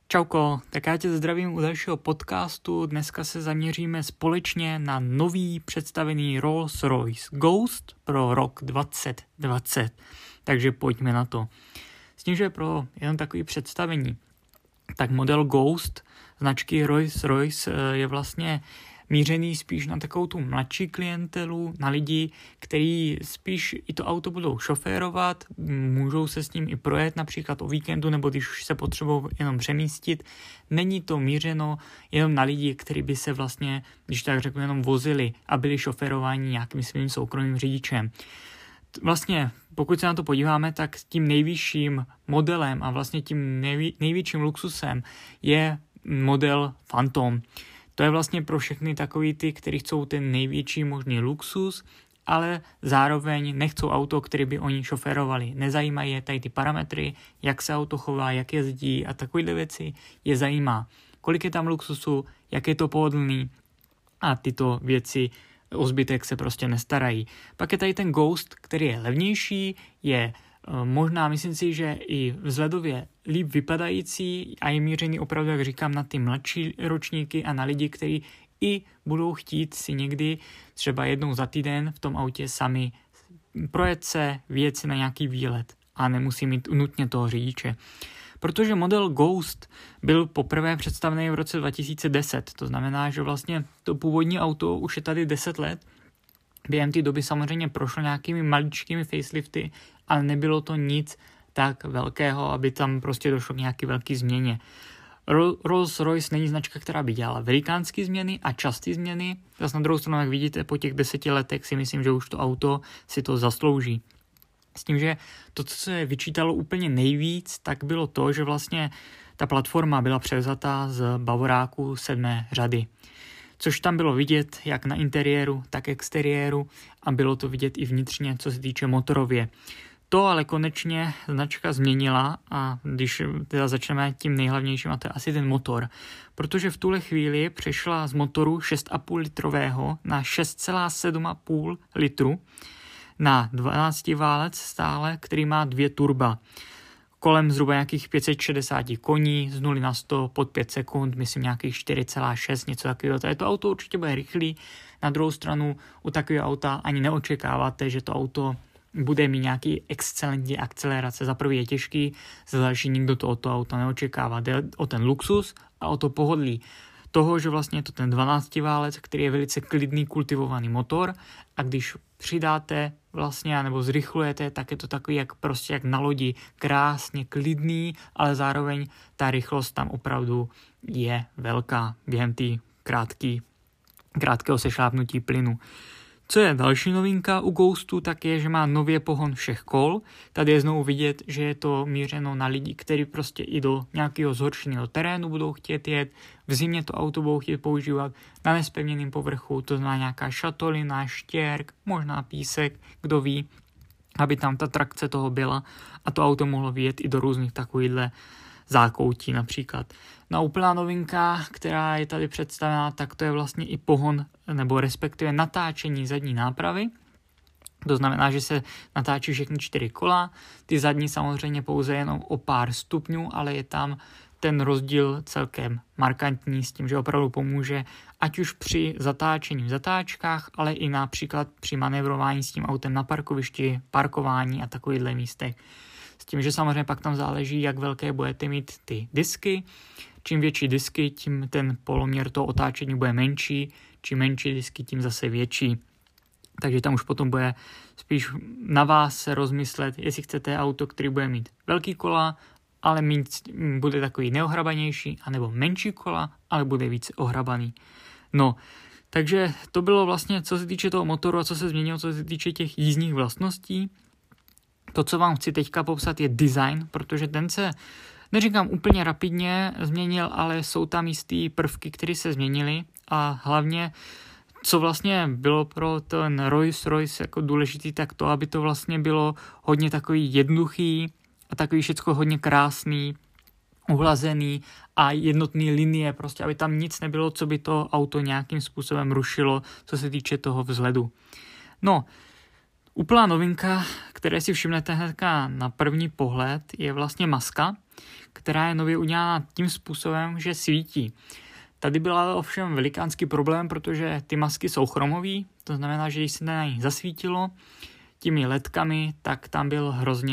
Čauko, tak já tě zdravím u dalšího podcastu. Dneska se zaměříme společně na nový představený Rolls-Royce Ghost pro rok 2020. Takže pojďme na to. S tím, že pro jenom takový představení, tak model Ghost značky Rolls-Royce je vlastně mířený spíš na takovou tu mladší klientelu, na lidi, kteří spíš i to auto budou šoférovat, můžou se s ním i projet například o víkendu, nebo když už se potřebují jenom přemístit. Není to mířeno jenom na lidi, kteří by se vlastně, když tak řeknu, jenom vozili a byli šoférováni nějakým svým soukromým řidičem. Vlastně, pokud se na to podíváme, tak tím nejvyšším modelem a vlastně tím největším luxusem je model Phantom. To je vlastně pro všechny takový ty, kteří chcou ten největší možný luxus, ale zároveň nechcou auto, které by oni šoférovali. Nezajímají je tady ty parametry, jak se auto chová, jak jezdí a takovéhle věci je zajímá. Kolik je tam luxusu, jak je to pohodlný a tyto věci o zbytek se prostě nestarají. Pak je tady ten Ghost, který je levnější, je možná, myslím si, že i vzhledově líp vypadající a je mířený opravdu, jak říkám, na ty mladší ročníky a na lidi, kteří i budou chtít si někdy třeba jednou za týden v tom autě sami projet se, vyjet si na nějaký výlet a nemusí mít nutně toho řidiče. Protože model Ghost byl poprvé představený v roce 2010, to znamená, že vlastně to původní auto už je tady 10 let. Během té doby samozřejmě prošlo nějakými maličkými facelifty, ale nebylo to nic tak velkého, aby tam prostě došlo k nějaké velké změně. Rolls-Royce není značka, která by dělala velikánské změny a časté změny. Zase na druhou stranu, jak vidíte, po těch 10 letech si myslím, že už to auto si to zaslouží. S tím, že to, co se vyčítalo úplně nejvíc, tak bylo to, že vlastně ta platforma byla převzatá z Bavoráku 7. řady. Což tam bylo vidět jak na interiéru, tak exteriéru a bylo to vidět i vnitřně, co se týče motorově. To ale konečně značka změnila a když teda začneme tím nejhlavnějším, a to je asi ten motor, protože v tuhle chvíli přešla z motoru 6,5 litrového na 6,7,5 litru na 12 válec stále, který má 2 turba. Kolem zhruba nějakých 560 koní, z 0 na 100 pod 5 sekund, myslím nějakých 4,6, něco takového. Tady to auto určitě bude rychlý. Na druhou stranu u takového auta ani neočekáváte, že to auto bude mít nějaký excelentní akcelerace. Za prvý je těžký, za další nikdo to od toho auta neočekává. Jde o ten luxus a o to pohodlí toho, že vlastně je to ten 12 válec, který je velice klidný, kultivovaný motor a když přidáte vlastně nebo zrychlujete, tak je to takový jak na lodi, krásně klidný, ale zároveň ta rychlost tam opravdu je velká během té krátkého sešlápnutí plynu. Co je další novinka u Ghostu, tak je, že má nově pohon všech kol. Tady je znovu vidět, že je to mířeno na lidi, kteří prostě i do nějakého zhoršeného terénu budou chtět jet. V zimě to auto budou chtít používat na nespevněném povrchu, to znamená nějaká šatolina, štěrk, možná písek, kdo ví, aby tam ta trakce toho byla a to auto mohlo vyjet i do různých takovýchhle zákoutí například. No úplná novinka, která je tady představená, tak to je vlastně i pohon nebo respektive natáčení zadní nápravy. To znamená, že se natáčí všechny 4 kola, ty zadní samozřejmě pouze jenom o pár stupňů, ale je tam ten rozdíl celkem markantní s tím, že opravdu pomůže ať už při zatáčení v zatáčkách, ale i například při manévrování s tím autem na parkovišti, parkování a takovýchhle místech. S tím, že samozřejmě pak tam záleží, jak velké budete mít ty disky. Čím větší disky, tím ten poloměr toho otáčení bude menší. Čím menší disky, tím zase větší. Takže tam už potom bude spíš na vás se rozmyslet, jestli chcete auto, který bude mít velký kola, ale bude takový neohrabanější, anebo menší kola, ale bude víc ohrabaný. No, takže to bylo vlastně, co se týče toho motoru a co se změnilo, co se týče těch jízdních vlastností. To, co vám chci teďka popsat, je design, protože ten se, neříkám úplně rapidně změnil, ale jsou tam jistý prvky, které se změnily a hlavně, co vlastně bylo pro ten Rolls-Royce jako důležitý, tak to, aby to vlastně bylo hodně takový jednoduchý a takový všecko hodně krásný, uhlazený a jednotný linie, prostě aby tam nic nebylo, co by to auto nějakým způsobem rušilo, co se týče toho vzhledu. No, úplná novinka, které si všimnete hnedka na první pohled, je vlastně maska. která je nově udělána tím způsobem, že svítí. Tady byla ovšem velikánský problém, protože ty masky jsou chromový, to znamená, že když se na nich zasvítilo těmi ledkami, tak tam byl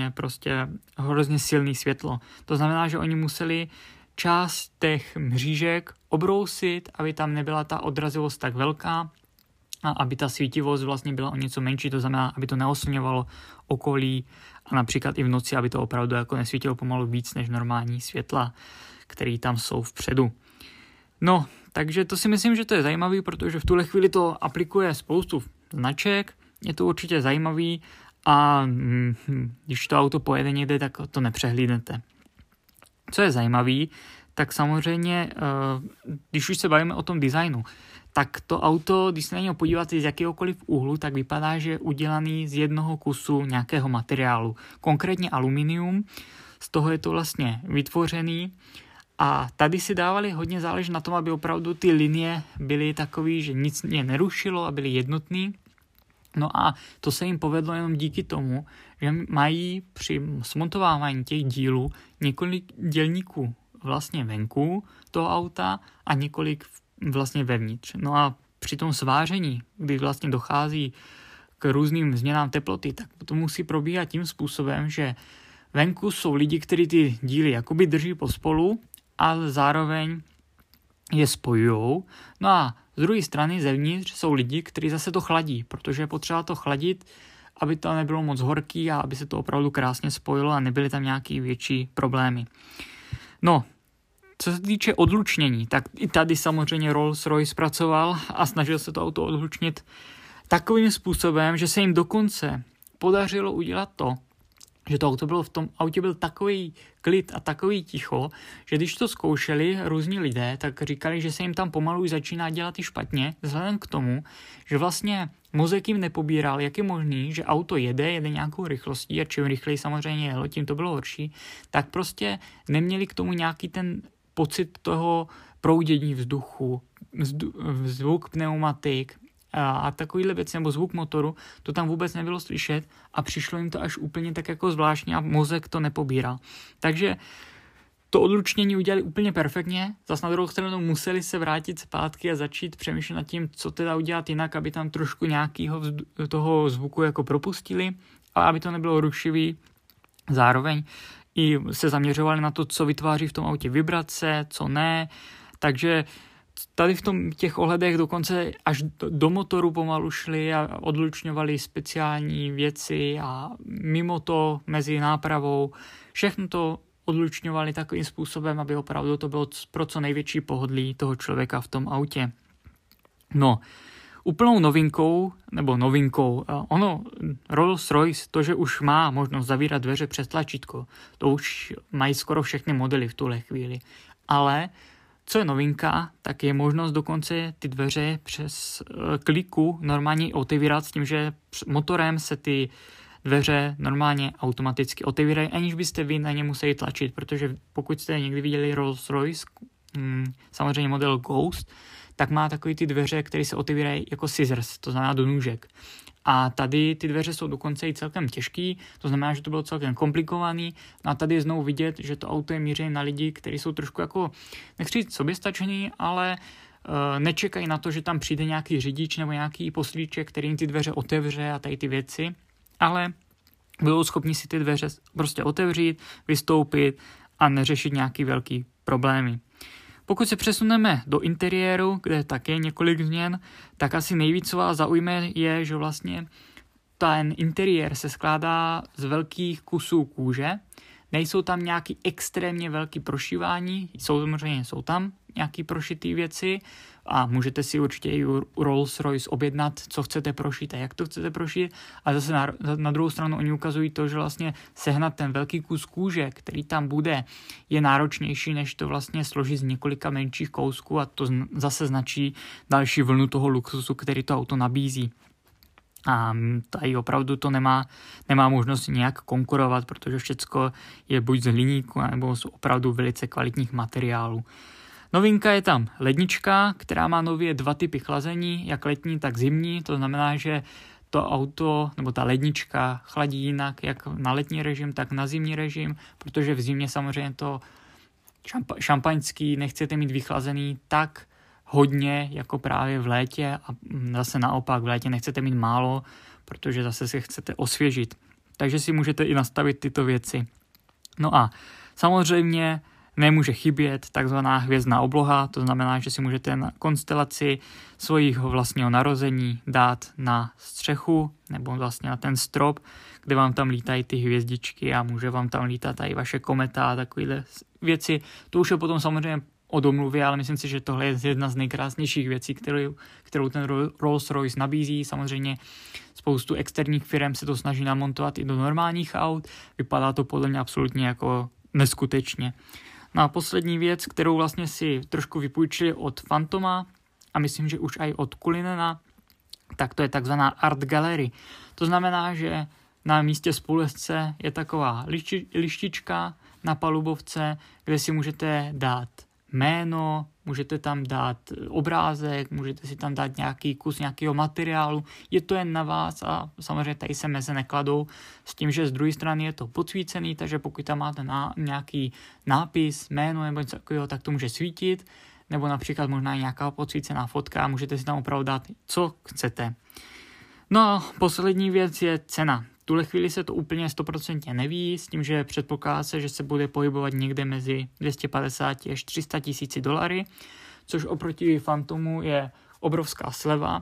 hrozně silný světlo. To znamená, že oni museli část těch mřížek obrousit, aby tam nebyla ta odrazivost tak velká a aby ta svítivost vlastně byla o něco menší, to znamená, aby to neoslňovalo okolí a například i v noci, aby to opravdu jako nesvítilo pomalu víc než normální světla, které tam jsou vpředu. No, takže to si myslím, že to je zajímavý, protože v tuhle chvíli to aplikuje spoustu značek, je to určitě zajímavý a když to auto pojede někde, tak to nepřehlídnete. Co je zajímavý, tak samozřejmě, když už se bavíme o tom designu, tak to auto, když se na něho podíváte z jakéhokoliv úhlu, tak vypadá, že je udělaný z jednoho kusu nějakého materiálu, konkrétně aluminium, z toho je to vlastně vytvořený a tady si dávali hodně záležet na tom, aby opravdu ty linie byly takový, že nic je nerušilo a byly jednotný. No a to se jim povedlo jenom díky tomu, že mají při smontovávání těch dílů několik dělníků vlastně venku toho auta a několik vlastně vevnitř. No a při tom sváření, kdy vlastně dochází k různým změnám teploty, tak to musí probíhat tím způsobem, že venku jsou lidi, kteří ty díly jakoby drží pospolu, ale zároveň je spojujou. No a z druhé strany zevnitř jsou lidi, kteří zase to chladí, protože je potřeba to chladit, aby to nebylo moc horký a aby se to opravdu krásně spojilo a nebyly tam nějaké větší problémy. No, co se týče odlučnění, tak i tady samozřejmě Rolls-Royce pracoval a snažil se to auto odlučnit takovým způsobem, že se jim dokonce podařilo udělat to, že to auto bylo v tom autě byl takový klid a takový ticho, že když to zkoušeli různí lidé, tak říkali, že se jim tam pomalu už začíná dělat i špatně, vzhledem k tomu, že vlastně mozek jim nepobíral, jak je možný, že auto jede nějakou rychlostí a čím rychleji samozřejmě jelo, tím to bylo horší, tak prostě neměli k tomu nějaký ten pocit toho proudění vzduchu, zvuk pneumatik a takovýhle věc, nebo zvuk motoru, to tam vůbec nebylo slyšet a přišlo jim to až úplně tak jako zvláštně a mozek to nepobíral. Takže to odlučnění udělali úplně perfektně, zas na druhou stranu museli se vrátit zpátky a začít přemýšlet nad tím, co teda udělat jinak, aby tam trošku nějakého toho zvuku jako propustili a aby to nebylo rušivý. Zároveň i se zaměřovali na to, co vytváří v tom autě vibrace, co ne, takže tady v těch ohledech dokonce až do motoru pomalu šli a odlučňovali speciální věci a mimo to mezi nápravou všechno to odlučňovali takovým způsobem, aby opravdu to bylo pro co největší pohodlí toho člověka v tom autě. No, úplnou novinkou, Rolls-Royce, to, že už má možnost zavírat dveře přes tlačítko, to už mají skoro všechny modely v tuhle chvíli. Ale co je novinka, tak je možnost dokonce ty dveře přes kliku normálně otevírat s tím, že motorem se ty dveře normálně automaticky otevírají, aniž byste vy na ně museli tlačit, protože pokud jste někdy viděli Rolls-Royce, samozřejmě model Ghost, tak má takový ty dveře, které se otevírají jako scissors, to znamená do nůžek. A tady ty dveře jsou dokonce i celkem těžký, to znamená, že to bylo celkem komplikovaný. No a tady je znovu vidět, že to auto je mířené na lidi, kteří jsou trošku jako, nechci říct soběstačný, ale nečekají na to, že tam přijde nějaký řidič nebo nějaký poslíček, který jim ty dveře otevře a tady ty věci, ale budou schopni si ty dveře prostě otevřít, vystoupit a neřešit nějaký velký problémy. Pokud se přesuneme do interiéru, kde také je několik změn, tak asi nejvíc, co vás zaujme, je, že vlastně ten interiér se skládá z velkých kusů kůže. Nejsou tam nějaký extrémně velký prošívání, jsou tam nějaký prošitý věci a můžete si určitě i u Rolls-Royce objednat, co chcete prošít a jak to chcete prošít. A zase na druhou stranu oni ukazují to, že vlastně sehnat ten velký kus kůže, který tam bude, je náročnější, než to vlastně složit z několika menších kousků a to zase značí další vlnu toho luxusu, který to auto nabízí. A tady opravdu to nemá možnost nějak konkurovat, protože všecko je buď z hliníku, nebo z opravdu velice kvalitních materiálů. Novinka je tam lednička, která má nově 2 typy chlazení, jak letní, tak zimní. To znamená, že to auto nebo ta lednička chladí jinak jak na letní režim, tak na zimní režim, protože v zimě samozřejmě to šampaňský nechcete mít vychlazený tak hodně jako právě v létě a zase naopak v létě nechcete mít málo, protože zase se chcete osvěžit. Takže si můžete i nastavit tyto věci. No a samozřejmě nemůže chybět takzvaná hvězdná obloha, to znamená, že si můžete na konstelaci svého vlastního narození dát na střechu nebo vlastně na ten strop, kde vám tam lítají ty hvězdičky a může vám tam lítat i vaše kometa a takovéhle věci. To už je potom samozřejmě o domluvě, ale myslím si, že tohle je jedna z nejkrásnějších věcí, kterou ten Rolls-Royce nabízí. Samozřejmě spoustu externích firm se to snaží namontovat i do normálních aut. Vypadá to podle mě absolutně jako neskutečně. No a poslední věc, kterou vlastně si trošku vypůjčili od Fantoma a myslím, že už i od Cullinana, tak to je takzvaná Art Gallery. To znamená, že na místě spolujezdce je taková lištička na palubovce, kde si můžete dát jméno, můžete tam dát obrázek, můžete si tam dát nějaký kus nějakého materiálu. Je to jen na vás a samozřejmě tady se meze nekladou s tím, že z druhé strany je to podsvícený, takže pokud tam máte nějaký nápis, jméno nebo něco takového, tak to může svítit, nebo například možná nějaká podsvícená fotka a můžete si tam opravdu dát, co chcete. No a poslední věc je cena. V tuhle chvíli se to úplně 100% neví, s tím, že předpokládá se, že se bude pohybovat někde mezi 250 až 300 tisíci $, což oproti Fantomu je obrovská sleva,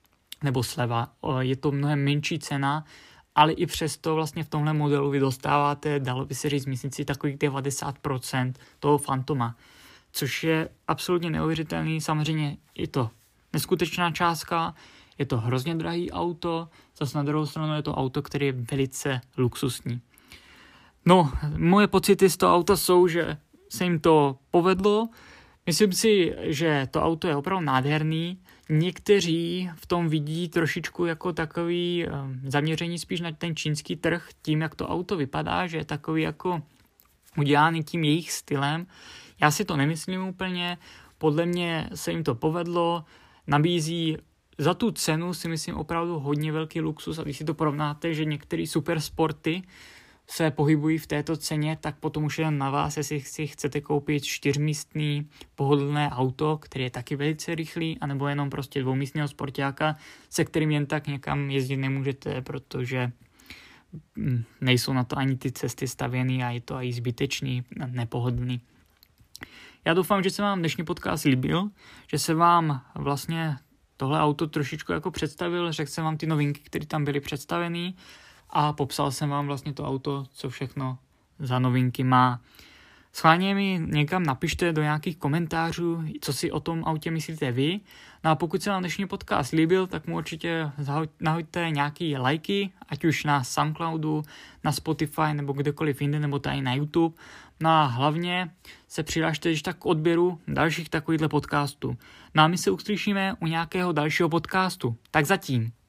je to mnohem menší cena, ale i přesto vlastně v tomhle modelu vy dostáváte, dalo by se říct, myslím si, takových 90% toho Fantoma, což je absolutně neuvěřitelný. Samozřejmě je to neskutečná částka, je to hrozně drahý auto, zase na druhou stranu je to auto, které je velice luxusní. No, moje pocity z toho auta jsou, že se jim to povedlo. Myslím si, že to auto je opravdu nádherný. Někteří v tom vidí trošičku jako takový zaměření spíš na ten čínský trh, tím, jak to auto vypadá, že je takový jako udělaný tím jejich stylem. Já si to nemyslím úplně, podle mě se jim to povedlo, nabízí za tu cenu si myslím opravdu hodně velký luxus a když si to porovnáte, že některé supersporty se pohybují v této ceně, tak potom už jen na vás, jestli si chcete koupit 4místný pohodlné auto, který je taky velice rychlý, anebo jenom prostě 2místného sportáka, se kterým jen tak někam jezdit nemůžete, protože nejsou na to ani ty cesty stavěný a je to i zbytečný, nepohodlný. Já doufám, že se vám dnešní podcast líbil, že se vám vlastně tohle auto trošičku jako představil, řekl jsem vám ty novinky, které tam byly představeny a popsal jsem vám vlastně to auto, co všechno za novinky má. Schválně mi někam napište do nějakých komentářů, co si o tom autě myslíte vy. No a pokud se vám dnešní podcast líbil, tak mu určitě nahoďte nějaký lajky, ať už na Soundcloudu, na Spotify nebo kdekoliv jinde, nebo tady na YouTube. No a hlavně se přihlašte když tak k odběru dalších takovýchhle podcastů. No a my se uslyšíme u nějakého dalšího podcastu. Tak zatím.